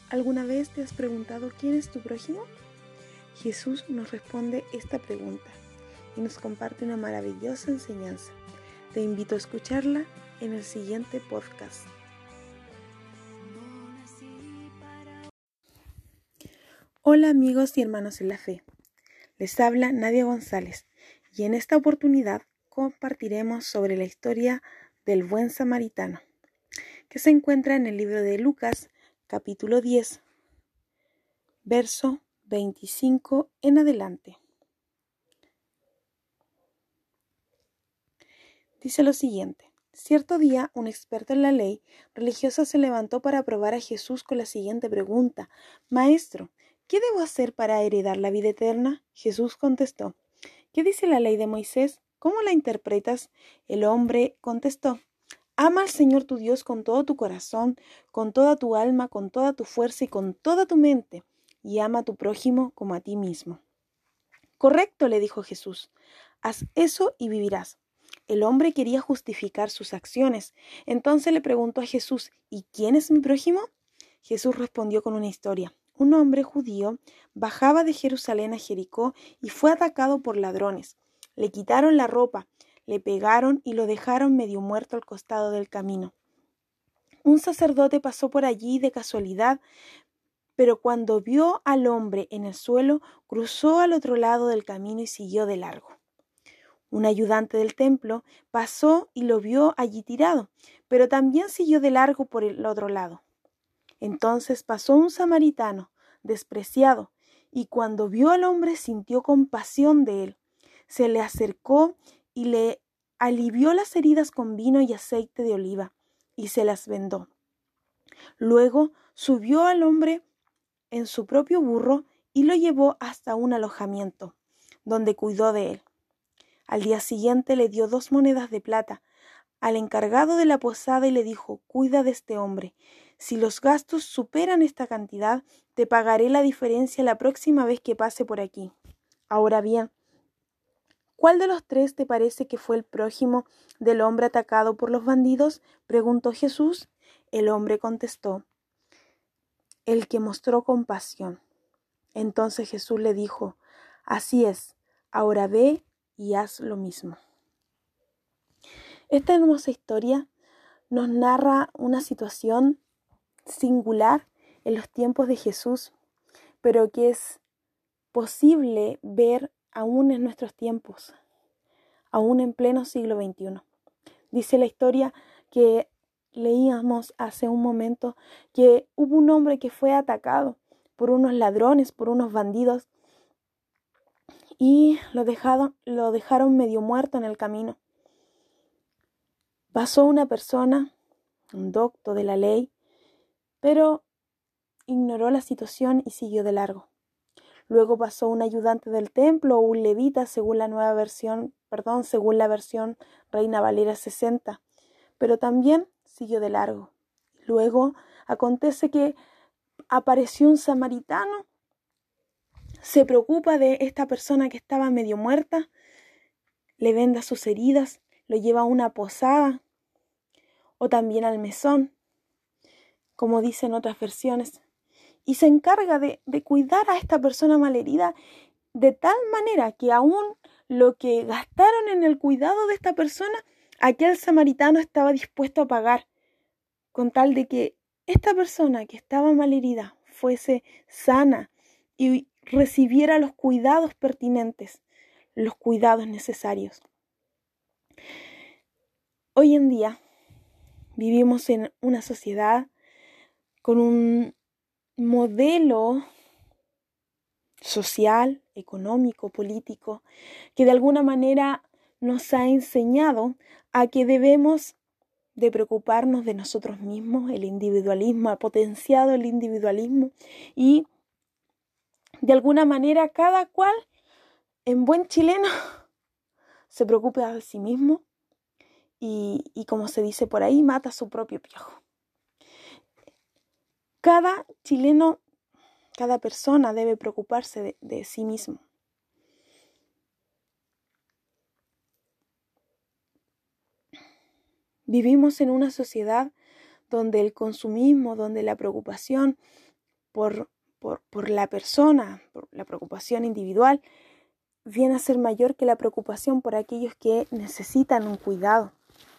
¿Alguna vez te has preguntado quién es tu prójimo? Jesús nos responde esta pregunta y nos comparte una maravillosa enseñanza. Te invito a escucharla en el siguiente podcast. Hola amigos y hermanos en la fe. Les habla Nadia González y en esta oportunidad compartiremos sobre la historia del buen samaritano, que se encuentra en el libro de Lucas, capítulo 10, verso 25 en adelante. Dice lo siguiente: cierto día, un experto en la ley religiosa se levantó para probar a Jesús con la siguiente pregunta: Maestro, ¿qué debo hacer para heredar la vida eterna? Jesús contestó: ¿Qué dice la ley de Moisés? ¿Cómo la interpretas? El hombre contestó: Ama al Señor tu Dios con todo tu corazón, con toda tu alma, con toda tu fuerza y con toda tu mente, y ama a tu prójimo como a ti mismo. Correcto, le dijo Jesús. Haz eso y vivirás. El hombre quería justificar sus acciones. Entonces le preguntó a Jesús: ¿Y quién es mi prójimo? Jesús respondió con una historia. Un hombre judío bajaba de Jerusalén a Jericó y fue atacado por ladrones. Le quitaron la ropa, le pegaron y lo dejaron medio muerto al costado del camino. Un sacerdote pasó por allí de casualidad, pero cuando vio al hombre en el suelo, cruzó al otro lado del camino y siguió de largo. Un ayudante del templo pasó y lo vio allí tirado, pero también siguió de largo por el otro lado. Entonces pasó un samaritano, despreciado, y cuando vio al hombre sintió compasión de él. Se le acercó y le alivió las heridas con vino y aceite de oliva, y se las vendó. Luego subió al hombre en su propio burro y lo llevó hasta un alojamiento, donde cuidó de él. Al día siguiente le dio 2 monedas de plata al encargado de la posada y le dijo: Cuida de este hombre. Si los gastos superan esta cantidad, te pagaré la diferencia la próxima vez que pase por aquí. Ahora bien, ¿cuál de los 3 te parece que fue el prójimo del hombre atacado por los bandidos? Preguntó Jesús. El hombre contestó: el que mostró compasión. Entonces Jesús le dijo: Así es, ahora ve y haz lo mismo. Esta hermosa historia nos narra una situación singular en los tiempos de Jesús, pero que es posible ver aún en nuestros tiempos, aún en pleno siglo XXI. Dice la historia que leíamos hace un momento que hubo un hombre que fue atacado por unos ladrones, por unos bandidos, y lo dejaron medio muerto en el camino. Pasó una persona, un docto de la ley, pero ignoró la situación y siguió de largo. Luego pasó un ayudante del templo o un levita, según la versión Reina Valera 60, pero también siguió de largo. Luego acontece que apareció un samaritano, se preocupa de esta persona que estaba medio muerta, le venda sus heridas, lo lleva a una posada o también al mesón, como dicen otras versiones, y se encarga de cuidar a esta persona malherida de tal manera que aún lo que gastaron en el cuidado de esta persona, aquel samaritano estaba dispuesto a pagar, con tal de que esta persona que estaba malherida fuese sana y recibiera los cuidados pertinentes, los cuidados necesarios. Hoy en día vivimos en una sociedad con un modelo social, económico, político, que de alguna manera nos ha enseñado a que debemos de preocuparnos de nosotros mismos. El individualismo ha potenciado el individualismo y de alguna manera cada cual, en buen chileno, se preocupa de sí mismo y como se dice por ahí, mata a su propio piojo. Cada chileno, cada persona debe preocuparse de sí mismo. Vivimos en una sociedad donde el consumismo, donde la preocupación por la persona, por la preocupación individual, viene a ser mayor que la preocupación por aquellos que necesitan un cuidado.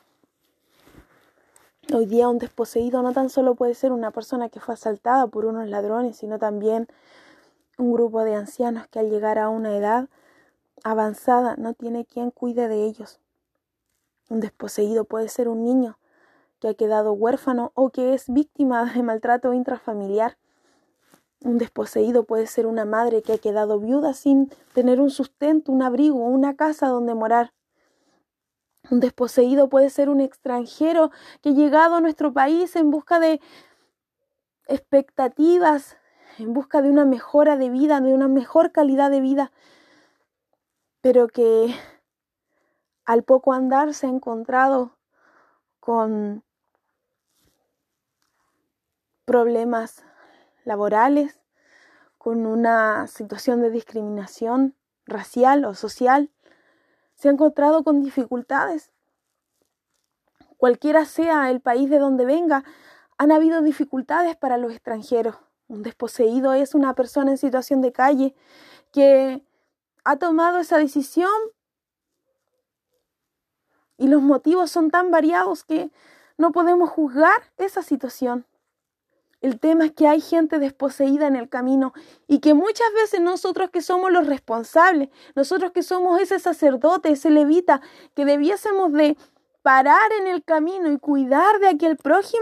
Hoy día un desposeído no tan solo puede ser una persona que fue asaltada por unos ladrones, sino también un grupo de ancianos que al llegar a una edad avanzada no tiene quien cuide de ellos. Un desposeído puede ser un niño que ha quedado huérfano o que es víctima de maltrato intrafamiliar. Un desposeído puede ser una madre que ha quedado viuda sin tener un sustento, un abrigo, una casa donde morar. Un desposeído puede ser un extranjero que ha llegado a nuestro país en busca de expectativas, en busca de una mejora de vida, de una mejor calidad de vida, pero que al poco andar se ha encontrado con problemas laborales, con una situación de discriminación racial o social, se ha encontrado con dificultades. Cualquiera sea el país de donde venga, han habido dificultades para los extranjeros. Un desposeído es una persona en situación de calle que ha tomado esa decisión y los motivos son tan variados que no podemos juzgar esa situación. El tema es que hay gente desposeída en el camino y que muchas veces nosotros que somos los responsables, nosotros que somos ese sacerdote, ese levita, que debiésemos de parar en el camino y cuidar de aquel prójimo,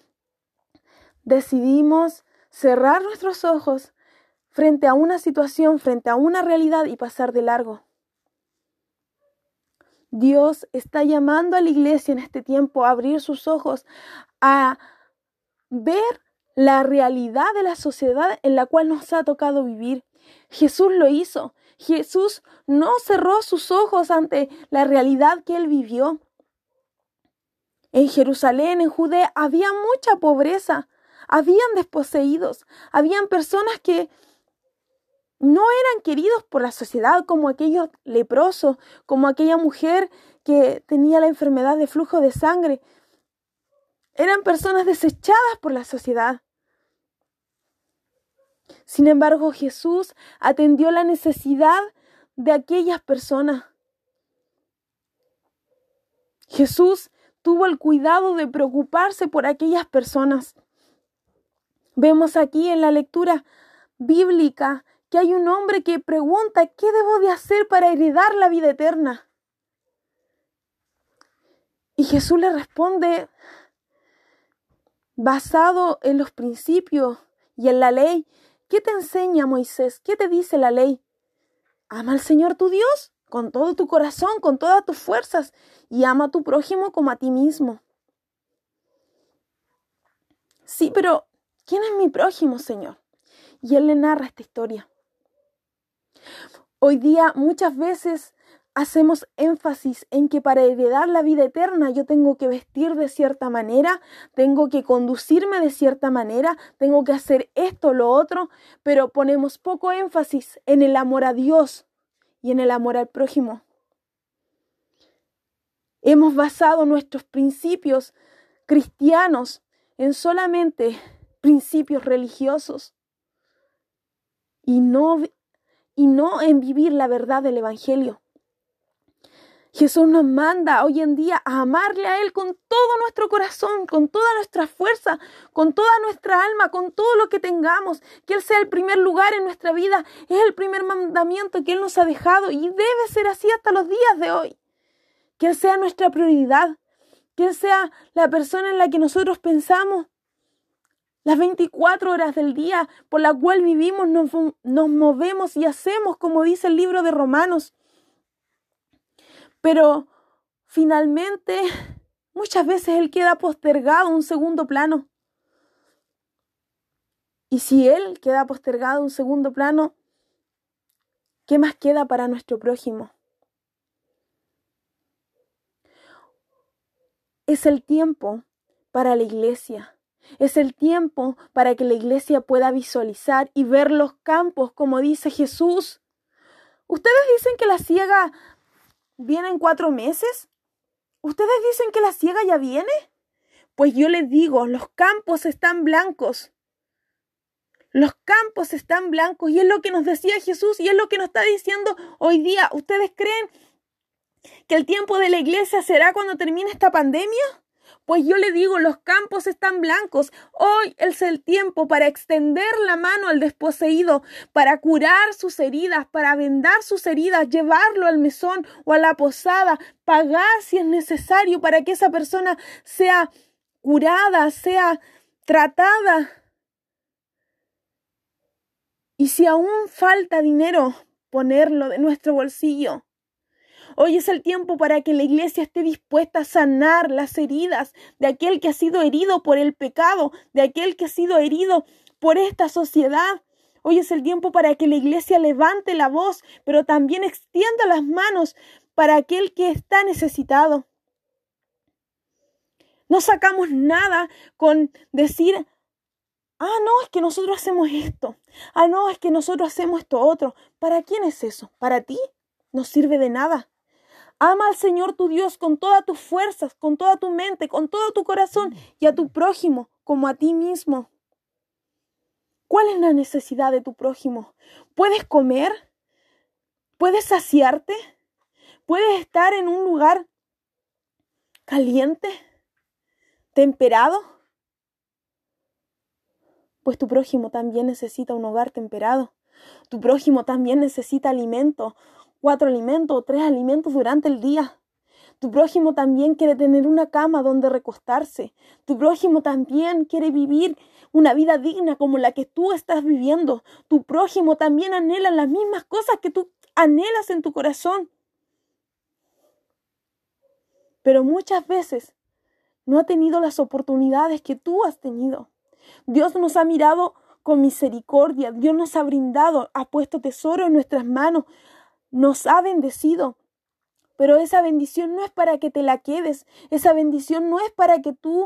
decidimos cerrar nuestros ojos frente a una situación, frente a una realidad y pasar de largo. Dios está llamando a la iglesia en este tiempo a abrir sus ojos, a ver la realidad de la sociedad en la cual nos ha tocado vivir. Jesús lo hizo. Jesús no cerró sus ojos ante la realidad que él vivió. En Jerusalén, en Judea, había mucha pobreza. Habían desposeídos. Habían personas que no eran queridos por la sociedad, como aquellos leprosos, como aquella mujer que tenía la enfermedad de flujo de sangre. Eran personas desechadas por la sociedad. Sin embargo, Jesús atendió la necesidad de aquellas personas. Jesús tuvo el cuidado de preocuparse por aquellas personas. Vemos aquí en la lectura bíblica que hay un hombre que pregunta: ¿qué debo de hacer para heredar la vida eterna? Y Jesús le responde basado en los principios y en la ley. ¿Qué te enseña Moisés? ¿Qué te dice la ley? Ama al Señor tu Dios con todo tu corazón, con todas tus fuerzas, y ama a tu prójimo como a ti mismo. Sí, pero ¿quién es mi prójimo, Señor? Y él le narra esta historia. Hoy día muchas veces hacemos énfasis en que para heredar la vida eterna yo tengo que vestir de cierta manera, tengo que conducirme de cierta manera, tengo que hacer esto o lo otro, pero ponemos poco énfasis en el amor a Dios y en el amor al prójimo. Hemos basado nuestros principios cristianos en solamente principios religiosos y no en vivir la verdad del Evangelio. Jesús nos manda hoy en día a amarle a Él con todo nuestro corazón, con toda nuestra fuerza, con toda nuestra alma, con todo lo que tengamos. Que Él sea el primer lugar en nuestra vida. Es el primer mandamiento que Él nos ha dejado y debe ser así hasta los días de hoy. Que Él sea nuestra prioridad. Que Él sea la persona en la que nosotros pensamos las 24 horas del día, por la cual vivimos, nos movemos y hacemos, como dice el libro de Romanos. Pero finalmente, muchas veces Él queda postergado a un segundo plano. Y si Él queda postergado a un segundo plano, ¿qué más queda para nuestro prójimo? Es el tiempo para la iglesia. Es el tiempo para que la iglesia pueda visualizar y ver los campos, como dice Jesús. ¿Ustedes dicen que la siega viene en 4 meses? ¿Ustedes dicen que la siega ya viene? Pues yo les digo, los campos están blancos. Los campos están blancos y es lo que nos decía Jesús y es lo que nos está diciendo hoy día. ¿Ustedes creen que el tiempo de la iglesia será cuando termine esta pandemia? Pues yo le digo, los campos están blancos. Hoy es el tiempo para extender la mano al desposeído, para curar sus heridas, para vendar sus heridas, llevarlo al mesón o a la posada, pagar si es necesario para que esa persona sea curada, sea tratada. Y si aún falta dinero, ponerlo de nuestro bolsillo. Hoy es el tiempo para que la iglesia esté dispuesta a sanar las heridas de aquel que ha sido herido por el pecado, de aquel que ha sido herido por esta sociedad. Hoy es el tiempo para que la iglesia levante la voz, pero también extienda las manos para aquel que está necesitado. No sacamos nada con decir, no, es que nosotros hacemos esto. No, es que nosotros hacemos esto otro. ¿Para quién es eso? ¿Para ti? No sirve de nada. Ama al Señor tu Dios con todas tus fuerzas, con toda tu mente, con todo tu corazón y a tu prójimo como a ti mismo. ¿Cuál es la necesidad de tu prójimo? ¿Puedes comer? ¿Puedes saciarte? ¿Puedes estar en un lugar caliente? ¿Temperado? Pues tu prójimo también necesita un hogar temperado. Tu prójimo también necesita alimento. 4 alimentos o 3 alimentos durante el día. Tu prójimo también quiere tener una cama donde recostarse. Tu prójimo también quiere vivir una vida digna como la que tú estás viviendo. Tu prójimo también anhela las mismas cosas que tú anhelas en tu corazón. Pero muchas veces no ha tenido las oportunidades que tú has tenido. Dios nos ha mirado con misericordia. Dios nos ha brindado, ha puesto tesoro en nuestras manos. Nos ha bendecido, pero esa bendición no es para que te la quedes, esa bendición no es para que tú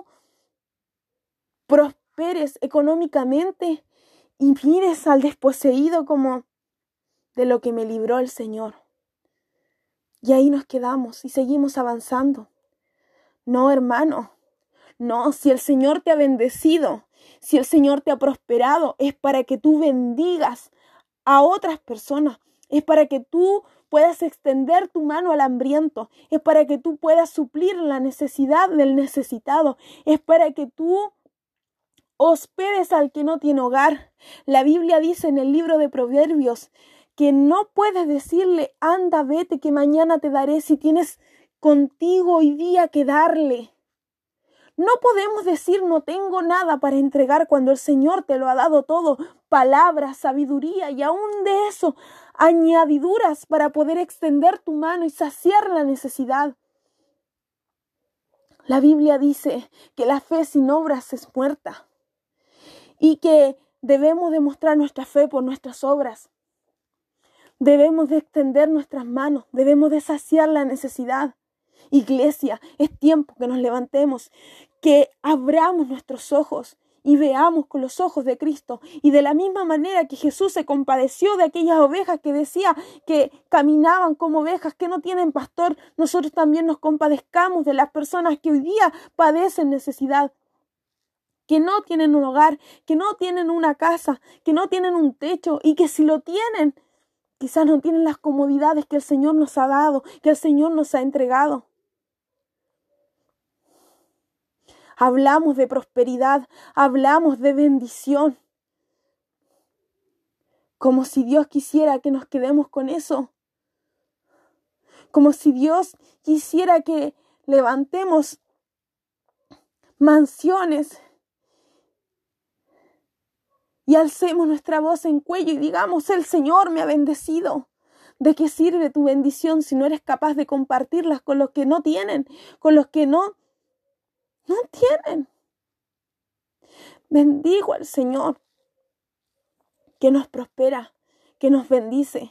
prosperes económicamente y mires al desposeído como de lo que me libró el Señor. Y ahí nos quedamos y seguimos avanzando. No, hermano, no, si el Señor te ha bendecido, si el Señor te ha prosperado, es para que tú bendigas a otras personas. Es para que tú puedas extender tu mano al hambriento. Es para que tú puedas suplir la necesidad del necesitado. Es para que tú hospedes al que no tiene hogar. La Biblia dice en el libro de Proverbios que no puedes decirle, anda, vete, que mañana te daré, si tienes contigo hoy día que darle. No podemos decir no tengo nada para entregar cuando el Señor te lo ha dado todo, palabras, sabiduría y aún de eso, añadiduras para poder extender tu mano y saciar la necesidad. La Biblia dice que la fe sin obras es muerta y que debemos demostrar nuestra fe por nuestras obras. Debemos de extender nuestras manos, debemos de saciar la necesidad. Iglesia, es tiempo que nos levantemos, que abramos nuestros ojos y veamos con los ojos de Cristo. Y de la misma manera que Jesús se compadeció de aquellas ovejas que decía que caminaban como ovejas que no tienen pastor, nosotros también nos compadezcamos de las personas que hoy día padecen necesidad, que no tienen un hogar, que no tienen una casa, que no tienen un techo y que si lo tienen, quizás no tienen las comodidades que el Señor nos ha dado, que el Señor nos ha entregado. Hablamos de prosperidad, hablamos de bendición. Como si Dios quisiera que nos quedemos con eso. Como si Dios quisiera que levantemos mansiones y alcemos nuestra voz en cuello y digamos, el Señor me ha bendecido. ¿De qué sirve tu bendición si no eres capaz de compartirlas con los que no tienen, con los que no tienen? Bendigo al Señor que nos prospera, que nos bendice.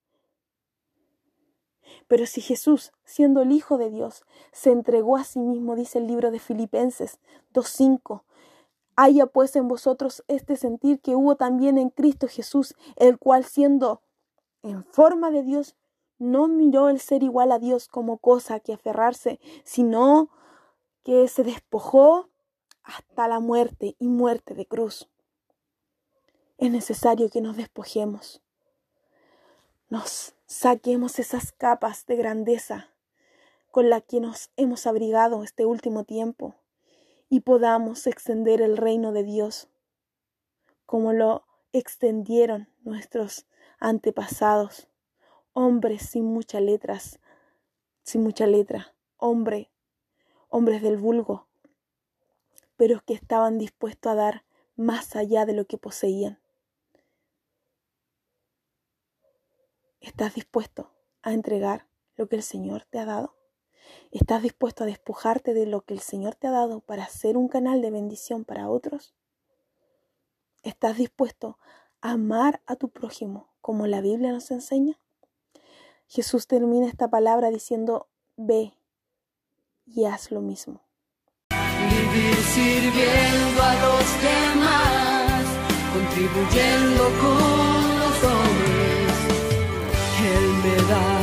Pero si Jesús, siendo el Hijo de Dios, se entregó a sí mismo, dice el libro de Filipenses 2:5, haya pues en vosotros este sentir que hubo también en Cristo Jesús, el cual siendo en forma de Dios, no miró el ser igual a Dios como cosa que aferrarse, sino que se despojó hasta la muerte y muerte de cruz. Es necesario que nos despojemos, nos saquemos esas capas de grandeza con las que nos hemos abrigado este último tiempo y podamos extender el reino de Dios como lo extendieron nuestros antepasados, hombres sin mucha letra, hombres del vulgo, pero que estaban dispuestos a dar más allá de lo que poseían. ¿Estás dispuesto a entregar lo que el Señor te ha dado? ¿Estás dispuesto a despojarte de lo que el Señor te ha dado para ser un canal de bendición para otros? ¿Estás dispuesto a amar a tu prójimo como la Biblia nos enseña? Jesús termina esta palabra diciendo: ve y haz lo mismo. Vivir sirviendo a los demás, contribuyendo con los hombres. Él me da